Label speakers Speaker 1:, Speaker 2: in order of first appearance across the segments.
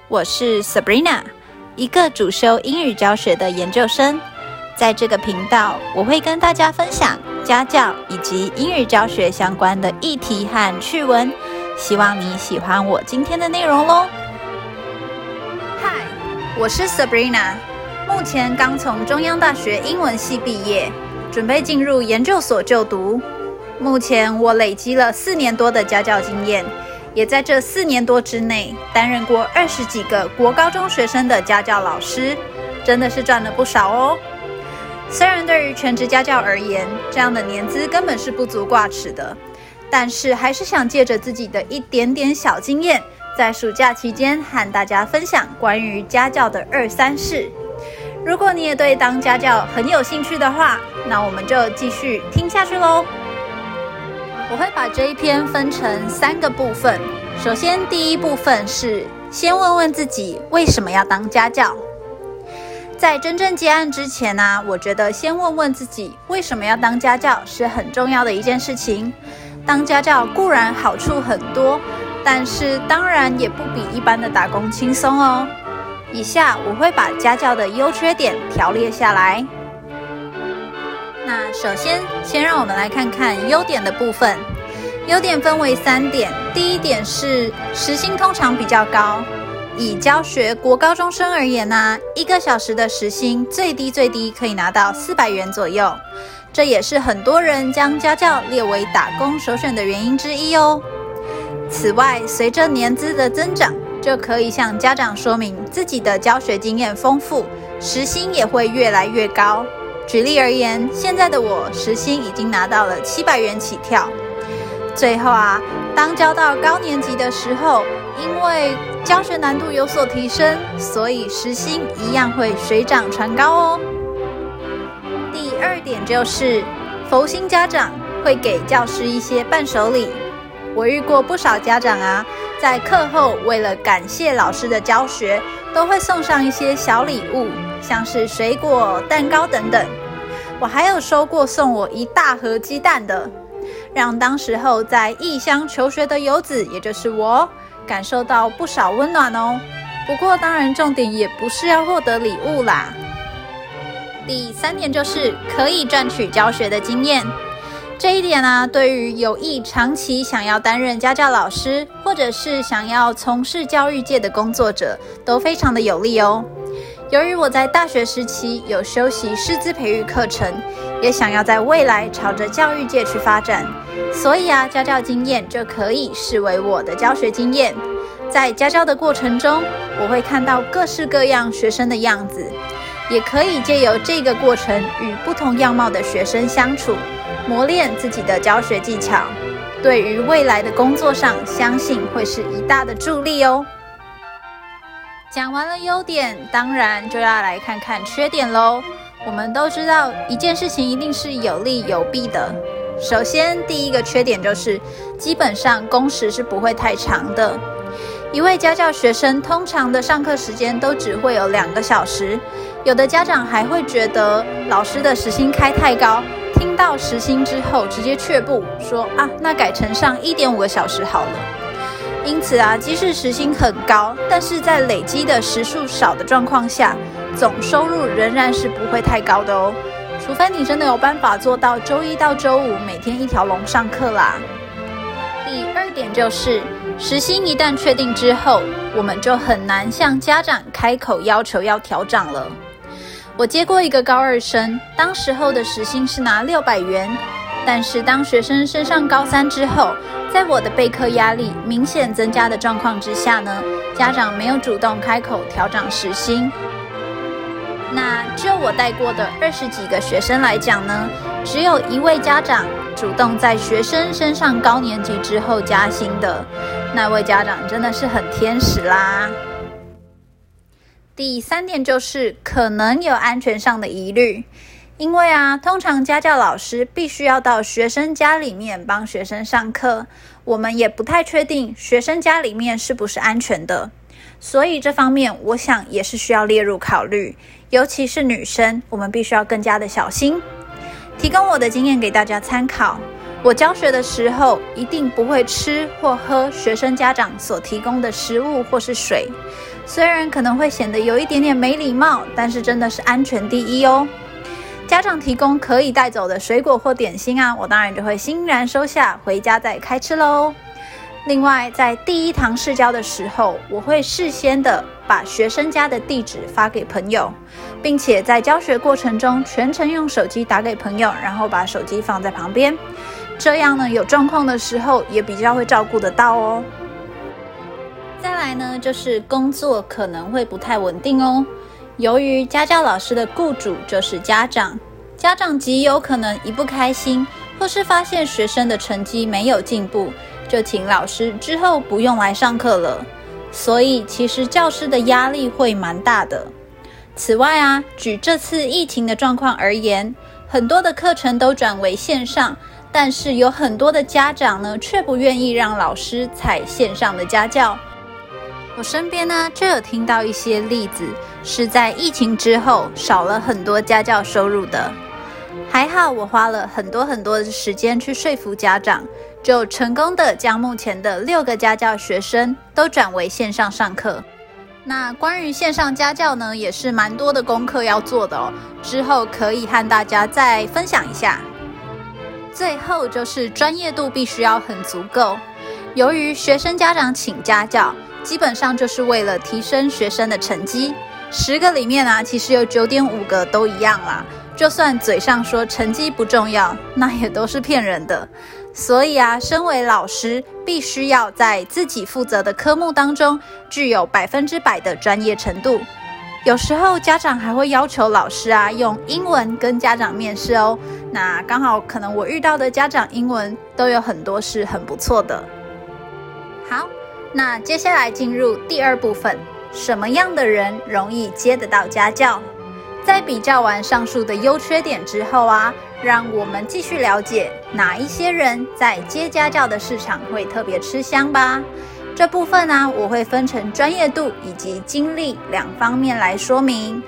Speaker 1: 我是 Sabrina， 一个主修英语教学的研究生。在这个频道，我会跟大家分享家教以及英语教学相关的议题和趣闻，希望你喜欢我今天的内容咯。嗨，我是 Sabrina， 目前刚从中央大学英文系毕业，准备进入研究所就读。目前我累积了4年多的家教经验，也在这4年多之内担任过20几个国高中学生的家教老师，真的是赚了不少哦。虽然对于全职家教而言，这样的年资根本是不足挂齿的，但是还是想借着自己的一点点小经验，在暑假期间和大家分享关于家教的2、3事。如果你也对当家教很有兴趣的话，那我们就继续听下去咯。我会把这一篇分成3个部分。首先，第一部分是先问问自己为什么要当家教。在真正接案之前啊，我觉得先问问自己为什么要当家教是很重要的一件事情。当家教固然好处很多，但是当然也不比一般的打工轻松哦。以下我会把家教的优缺点条列下来。那首先让我们来看看优点的部分。优点分为3点。第一点是时薪通常比较高。以教学国高中生而言1个小时的时薪最低可以拿到400元左右，这也是很多人将家教列为打工首选的原因之一哦。此外，随着年资的增长，就可以向家长说明自己的教学经验丰富，时薪也会越来越高。举例而言，现在的我时薪已经拿到了700元起跳。最后当教到高年级的时候，因为教学难度有所提升，所以时薪一样会水涨船高哦。第2点就是佛心家长会给教师一些伴手礼。我遇过不少家长在课后为了感谢老师的教学，都会送上一些小礼物，像是水果、蛋糕等等。我还有收过送我一大盒鸡蛋的，让当时候在异乡求学的游子，也就是我，感受到不少温暖哦。不过当然重点也不是要获得礼物啦。第3点就是可以赚取教学的经验。这一点对于有意长期想要担任家教老师，或者是想要从事教育界的工作者，都非常的有利哦。由于我在大学时期有修习师资培育课程，也想要在未来朝着教育界去发展，所以家教经验就可以视为我的教学经验。在家教的过程中，我会看到各式各样学生的样子，也可以借由这个过程与不同样貌的学生相处，磨练自己的教学技巧，对于未来的工作上，相信会是一大的助力哦。讲完了优点，当然就要来看看缺点咯。我们都知道一件事情一定是有利有弊的。首先，第一个缺点就是基本上工时是不会太长的。一位家教学生通常的上课时间都只会有2个小时，有的家长还会觉得老师的时薪开太高，听到时薪之后直接却步，说那改成上1.5个小时好了。因此即使时薪很高，但是在累积的时数少的状况下，总收入仍然是不会太高的哦。除非你真的有办法做到周1到周5每天一条龙上课啦。第2点就是时薪一旦确定之后，我们就很难向家长开口要求要调涨了。我接过一个高2生，当时候的时薪是拿600元，但是当学生升上高3之后，在我的备课压力明显增加的状况之下呢，家长没有主动开口调涨时薪。那就我带过的20几个学生来讲呢，只有1位家长主动在学生升上高年级之后加薪的，那位家长真的是很天使啦。第3点就是可能有安全上的疑虑，因为通常家教老师必须要到学生家里面帮学生上课，我们也不太确定学生家里面是不是安全的，所以这方面我想也是需要列入考虑，尤其是女生，我们必须要更加的小心。提供我的经验给大家参考， 我教学的时候一定不会吃或喝学生家长所提供的食物或是水，虽然可能会显得有一点点没礼貌，但是真的是安全第一哦。家长提供可以带走的水果或点心啊，我当然就会欣然收下，回家再开吃咯。另外，在第一堂试教的时候，我会事先的把学生家的地址发给朋友，并且在教学过程中全程用手机打给朋友，然后把手机放在旁边，这样呢，有状况的时候也比较会照顾得到哦。再来呢，就是工作可能会不太稳定哦。由于家教老师的雇主就是家长，家长极有可能一不开心，或是发现学生的成绩没有进步，就请老师之后不用来上课了。所以其实教师的压力会蛮大的。此外啊，举这次疫情的状况而言，很多的课程都转为线上，但是有很多的家长呢，却不愿意让老师采线上的家教。我身边呢，就有听到一些例子，是在疫情之后少了很多家教收入的。还好我花了很多的时间去说服家长，就成功的将目前的6个家教学生都转为线上上课。那关于线上家教呢，也是蛮多的功课要做的哦，之后可以和大家再分享一下。最后就是专业度必须要很足够，由于学生家长请家教，基本上就是为了提升学生的成绩，10个里面啊，其实有9.5个都一样啦。就算嘴上说成绩不重要，那也都是骗人的。所以啊，身为老师，必须要在自己负责的科目当中，具有100%的专业程度。有时候家长还会要求老师啊，用英文跟家长面试哦。那刚好可能我遇到的家长英文都有很多是很不错的。好，那接下来进入第2部分，什么样的人容易接得到家教？在比较完上述的优缺点之后啊，让我们继续了解哪一些人在接家教的市场会特别吃香吧。这部分啊，我会分成专业度以及经历2方面来说明。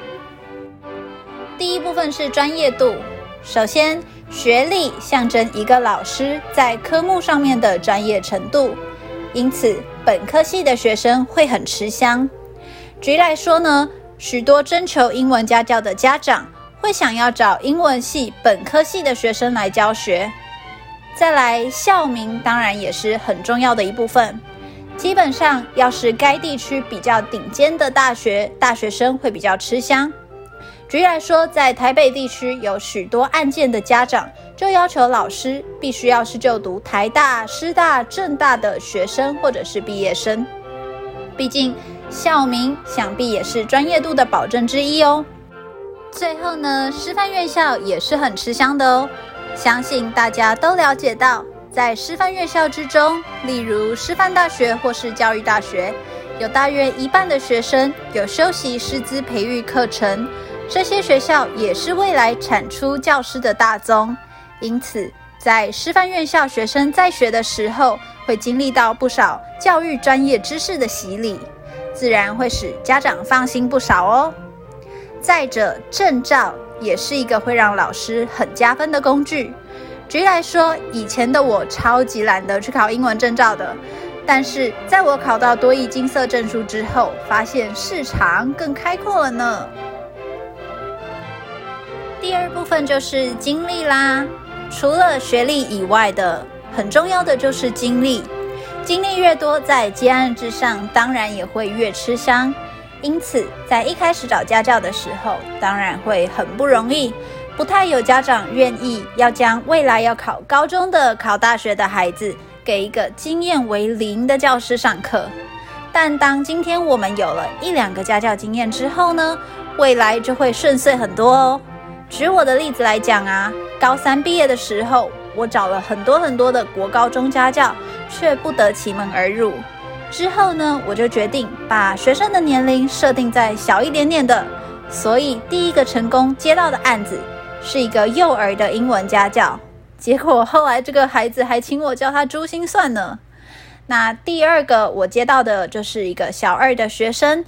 Speaker 1: 第一部分是专业度。首先，学历象征一个老师在科目上面的专业程度，因此本科系的学生会很吃香。举例来说呢，许多征求英文家教的家长会想要找英文系本科系的学生来教学。再来，校名当然也是很重要的一部分。基本上，要是该地区比较顶尖的大学，大学生会比较吃香。举例来说，在台北地区有许多案件的家长就要求老师必须要是就读台大、师大、政大的学生或者是毕业生。毕竟校名想必也是专业度的保证之一哦。最后呢，师范院校也是很吃香的哦。相信大家都了解到，在师范院校之中，例如师范大学或是教育大学，有大约1半的学生有修习师资培育课程，这些学校也是未来产出教师的大宗。因此，在师范院校学生在学的时候，会经历到不少教育专业知识的洗礼，自然会使家长放心不少哦。再者，证照也是一个会让老师很加分的工具。举例来说，以前的我超级懒得去考英文证照的，但是在我考到多益金色证书之后，发现市场更开阔了呢。第2部分就是经历啦。除了学历以外的，很重要的就是经历。经历越多，在接案之上当然也会越吃香。因此，在一开始找家教的时候，当然会很不容易，不太有家长愿意要将未来要考高中的、考大学的孩子给一个经验为0的教师上课。但当今天我们有了1-2个家教经验之后呢，未来就会顺遂很多哦。举我的例子来讲啊，高3毕业的时候，我找了很多的国高中家教，却不得其门而入。之后呢，我就决定把学生的年龄设定在小一点点的，所以第1个成功接到的案子是一个幼儿的英文家教。结果后来这个孩子还请我教他珠心算呢。那第2个我接到的就是一个小2的学生，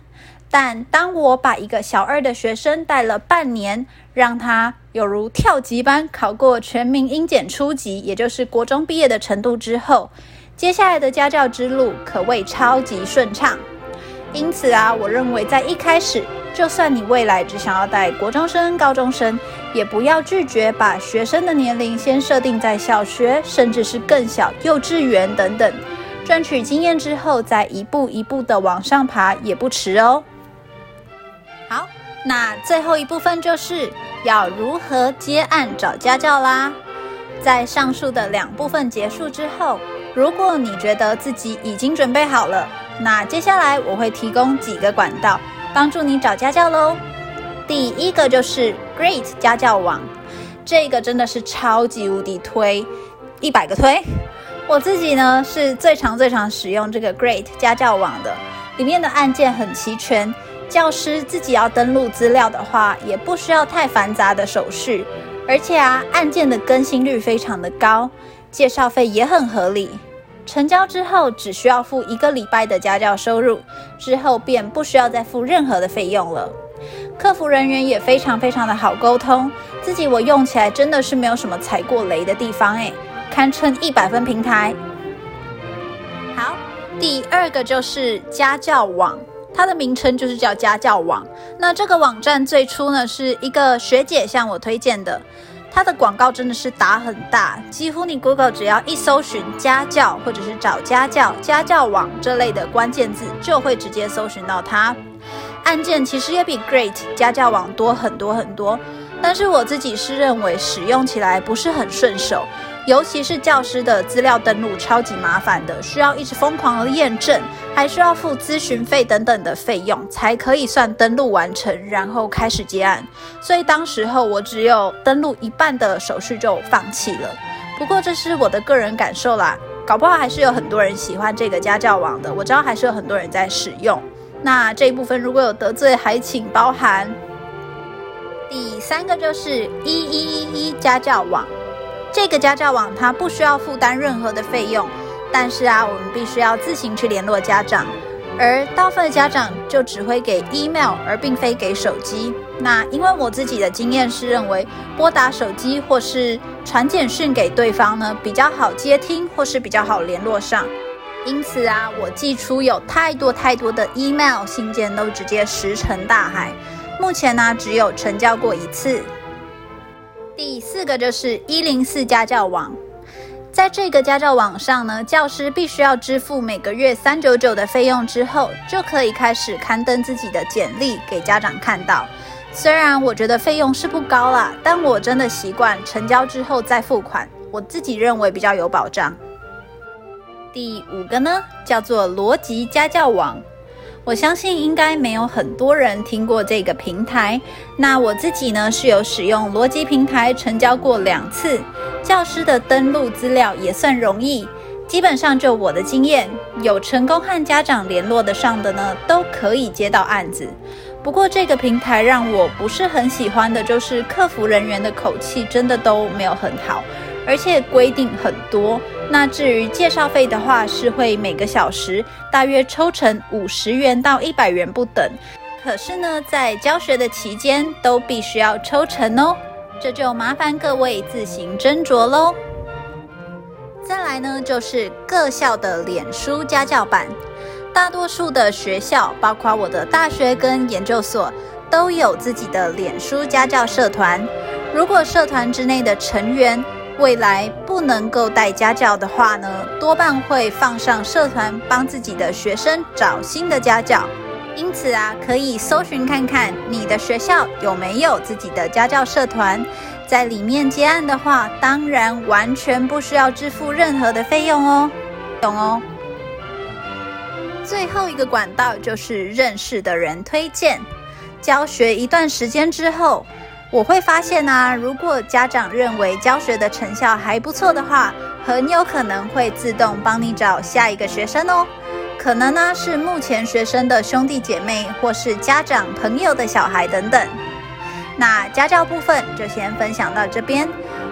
Speaker 1: 但当我把一个小2的学生带了半年，让他有如跳级班考过全民英检初级，也就是国中毕业的程度之后，接下来的家教之路可谓超级顺畅。因此我认为在一开始，就算你未来只想要带国中生、高中生，也不要拒绝把学生的年龄先设定在小学，甚至是更小、幼稚园等等，赚取经验之后，再一步一步的往上爬也不迟哦。好，那最后一部分就是要如何接案找家教啦。在上述的2部分结束之后，如果你觉得自己已经准备好了，那接下来我会提供几个管道帮助你找家教咯。第一个就是 Great 家教网，这个真的是超级无敌推，100个推。我自己呢是最常使用这个 Great 家教网的，里面的案件很齐全，教师自己要登录资料的话，也不需要太繁杂的手续，而且案件的更新率非常的高，介绍费也很合理。成交之后只需要付1个礼拜的家教收入，之后便不需要再付任何的费用了。客服人员也非常的好沟通，自己我用起来真的是没有什么踩过雷的地方堪称100分平台。好，第2个就是家教网，它的名称就是叫家教网。那这个网站最初呢是一个学姐向我推荐的，它的广告真的是打很大，几乎你 Google 只要一搜寻家教或者是找家教、家教网这类的关键字，就会直接搜寻到它。案件其实也比 Great 家教网多很多，但是我自己是认为使用起来不是很顺手，尤其是教师的资料登录超级麻烦的，需要一直疯狂的验证，还需要付咨询费等等的费用，才可以算登录完成，然后开始接案。所以当时候我只有登录一半的手续就放弃了。不过这是我的个人感受啦，搞不好还是有很多人喜欢这个家教网的，我知道还是有很多人在使用。那这一部分如果有得罪，还请包涵。第3个就是1111家教网，这个家教网它不需要负担任何的费用，但是我们必须要自行去联络家长，而大部分的家长就只会给 email 而并非给手机。那因为我自己的经验是认为拨打手机或是传简讯给对方呢比较好接听，或是比较好联络上，因此我寄出有太多的 email 信件都直接石沉大海，目前只有成交过1次。第4个就是104家教网，在这个家教网上呢，教师必须要支付每个月399的费用之后，就可以开始刊登自己的简历给家长看到。虽然我觉得费用是不高啦，但我真的习惯成交之后再付款，我自己认为比较有保障。第5个呢，叫做逻辑家教网。我相信应该没有很多人听过这个平台，那我自己呢是有使用逻辑平台成交过2次，教师的登录资料也算容易，基本上就我的经验，有成功和家长联络得上的呢，都可以接到案子。不过这个平台让我不是很喜欢的就是客服人员的口气真的都没有很好，而且规定很多。那至于介绍费的话，是会每个小时大约抽成50元到100元不等，可是呢在教学的期间都必须要抽成哦，这就麻烦各位自行斟酌咯。再来呢就是各校的脸书家教版，大多数的学校包括我的大学跟研究所都有自己的脸书家教社团，如果社团之内的成员未来不能够带家教的话呢，多半会放上社团帮自己的学生找新的家教。因此可以搜寻看看你的学校有没有自己的家教社团，在里面接案的话，当然完全不需要支付任何的费用哦，懂哦。最后一个管道就是认识的人推荐，教学一段时间之后，我会发现如果家长认为教学的成效还不错的话，很有可能会自动帮你找下一个学生哦。可能是目前学生的兄弟姐妹，或是家长朋友的小孩等等。那家教部分就先分享到这边。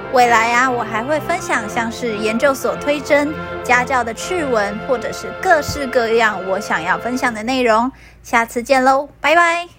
Speaker 1: 未来啊，我还会分享像是研究所推甄、家教的趣闻，或者是各式各样我想要分享的内容。下次见喽，拜拜。